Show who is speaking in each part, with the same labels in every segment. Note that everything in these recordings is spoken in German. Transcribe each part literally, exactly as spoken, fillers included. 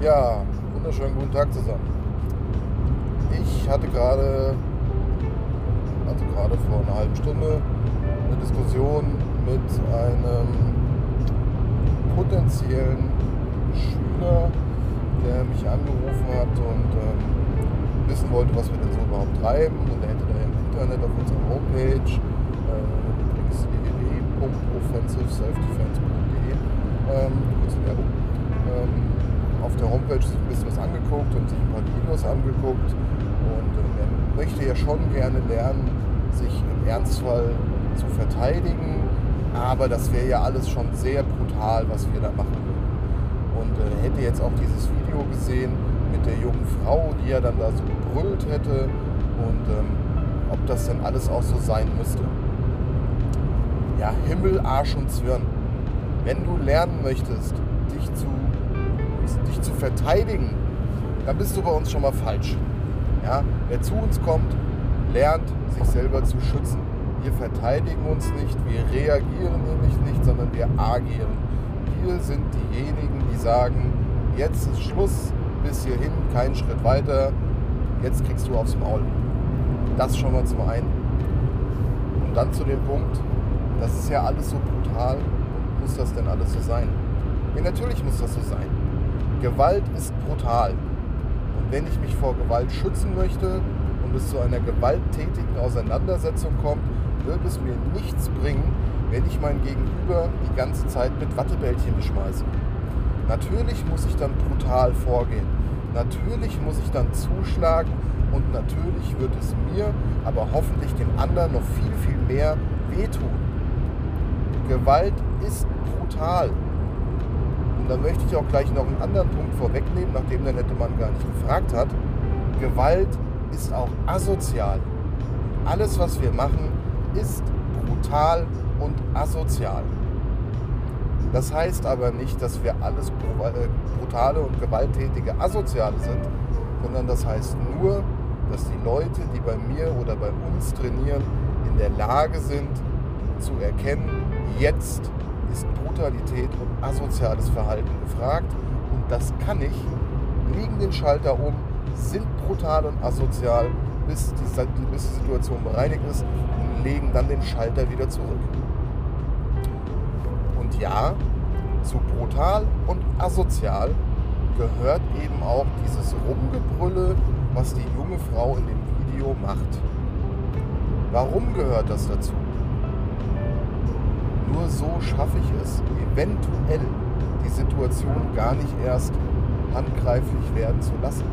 Speaker 1: Ja, wunderschönen guten Tag zusammen. Ich hatte gerade, also gerade vor einer halben Stunde, eine Diskussion mit einem potenziellen Schüler, der mich angerufen hat und ähm, wissen wollte, was wir denn so überhaupt treiben. Und er hätte da im Internet auf unserer Homepage, äh, übrigens w w w punkt offensive self defense punkt d e, ähm, kurze Werbung, ähm, auf der Homepage sich ein bisschen was angeguckt und sich ein paar Videos angeguckt. Und ähm, er möchte ja schon gerne lernen, sich im Ernstfall zu verteidigen. Aber das wäre ja alles schon sehr brutal, was wir da machen würden. Und er äh, hätte jetzt auch dieses Video gesehen mit der jungen Frau, die er dann da so gebrüllt hätte. Und ähm, ob das denn alles auch so sein müsste. Ja, Himmel, Arsch und Zwirn. Wenn du lernen möchtest, dich zu, dich zu verteidigen, dann bist du bei uns schon mal falsch. Ja? Wer zu uns kommt, lernt, sich selber zu schützen. Wir verteidigen uns nicht, wir reagieren nämlich nicht, sondern wir agieren. Wir sind diejenigen, die sagen, jetzt ist Schluss, bis hierhin, keinen Schritt weiter, jetzt kriegst du aufs Maul. Das schon mal zum einen. Und dann zu dem Punkt, das ist ja alles so brutal, muss das denn alles so sein? Ja, natürlich muss das so sein. Gewalt ist brutal. Und wenn ich mich vor Gewalt schützen möchte und es zu einer gewalttätigen Auseinandersetzung kommt, wird es mir nichts bringen, wenn ich mein Gegenüber die ganze Zeit mit Wattebällchen beschmeiße. Natürlich muss ich dann brutal vorgehen. Natürlich muss ich dann zuschlagen und natürlich wird es mir, aber hoffentlich dem anderen noch viel, viel mehr wehtun. Gewalt ist brutal. Und dann möchte ich auch gleich noch einen anderen Punkt vorwegnehmen, nachdem der nette Mann gar nicht gefragt hat. Gewalt ist auch asozial. Alles, was wir machen, ist brutal und asozial. Das heißt aber nicht, dass wir alles brutale und gewalttätige Asoziale sind, sondern das heißt nur, dass die Leute, die bei mir oder bei uns trainieren, in der Lage sind zu erkennen, jetzt ist Brutalität und asoziales Verhalten gefragt und das kann ich, legen den Schalter um, sind brutal und asozial, bis die, bis die Situation bereinigt ist und legen dann den Schalter wieder zurück. Und ja, zu brutal und asozial gehört eben auch dieses Rumgebrülle, was die junge Frau in dem Video macht. Warum gehört das dazu? Nur so schaffe ich es, eventuell die Situation gar nicht erst handgreiflich werden zu lassen.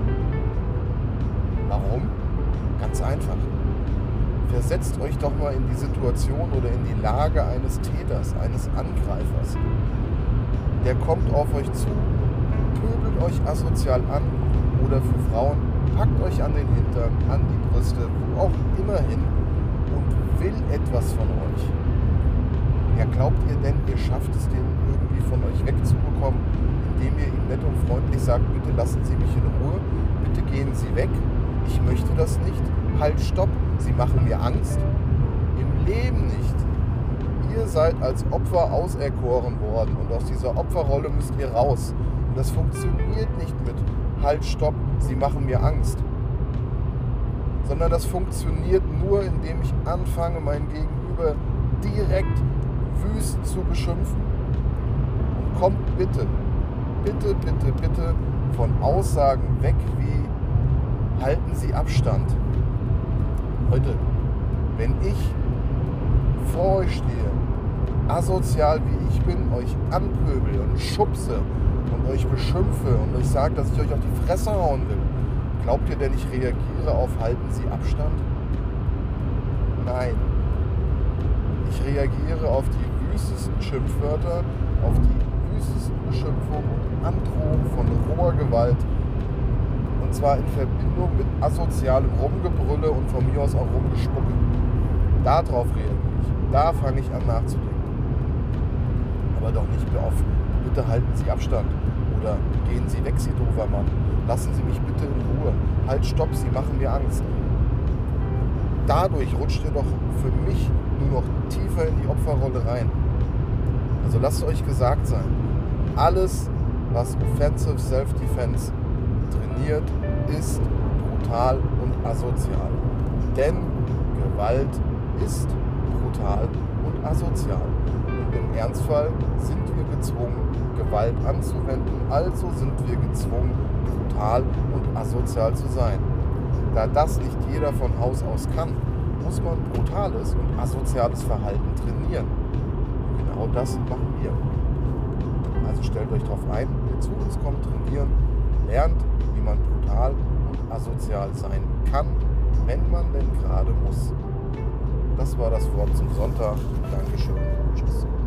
Speaker 1: Warum? Ganz einfach. Versetzt euch doch mal in die Situation oder in die Lage eines Täters, eines Angreifers. Der kommt auf euch zu, pöbelt euch asozial an oder für Frauen, packt euch an den Hintern, an die Brüste, wo auch immer hin und will etwas von euch. Ja, glaubt ihr denn, ihr schafft es, den irgendwie von euch wegzubekommen, indem ihr ihm nett und freundlich sagt, bitte lassen Sie mich in Ruhe, bitte gehen Sie weg, ich möchte das nicht, halt, stopp, Sie machen mir Angst? Im Leben nicht. Ihr seid als Opfer auserkoren worden und aus dieser Opferrolle müsst ihr raus. Und das funktioniert nicht mit halt, stopp, Sie machen mir Angst. Sondern das funktioniert nur, indem ich anfange, mein Gegenüber direkt wüst zu beschimpfen. Und kommt bitte, bitte, bitte, bitte von Aussagen weg wie halten Sie Abstand. Leute, wenn ich vor euch stehe, asozial wie ich bin, euch anpöbel und schubse und euch beschimpfe und euch sage, dass ich euch auf die Fresse hauen will, glaubt ihr denn, ich reagiere auf halten Sie Abstand? Nein. Ich reagiere auf die wüstesten Schimpfwörter, auf die wüstesten Beschimpfungen und Androhungen von roher Gewalt. Und zwar in Verbindung mit asozialem Rumgebrülle und von mir aus auch Rumgespucke. Darauf reagiere ich. Da fange ich an nachzudenken. Aber doch nicht mehr auf, bitte halten Sie Abstand. Oder gehen Sie weg, Sie doofer Mann. Lassen Sie mich bitte in Ruhe. Halt, stopp, Sie machen mir Angst. Dadurch rutscht ihr doch für mich nur noch tiefer in die Opferrolle rein. Also lasst euch gesagt sein, alles, was Offensive Self-Defense trainiert, ist brutal und asozial. Denn Gewalt ist brutal und asozial. Und im Ernstfall sind wir gezwungen, Gewalt anzuwenden, also sind wir gezwungen, brutal und asozial zu sein. Da das nicht jeder von Haus aus kann, muss man brutales und asoziales Verhalten trainieren. Genau das machen wir. Also stellt euch darauf ein, wer zu uns kommt, trainieren, lernt, wie man brutal und asozial sein kann, wenn man denn gerade muss. Das war das Wort zum Sonntag. Dankeschön. Tschüss.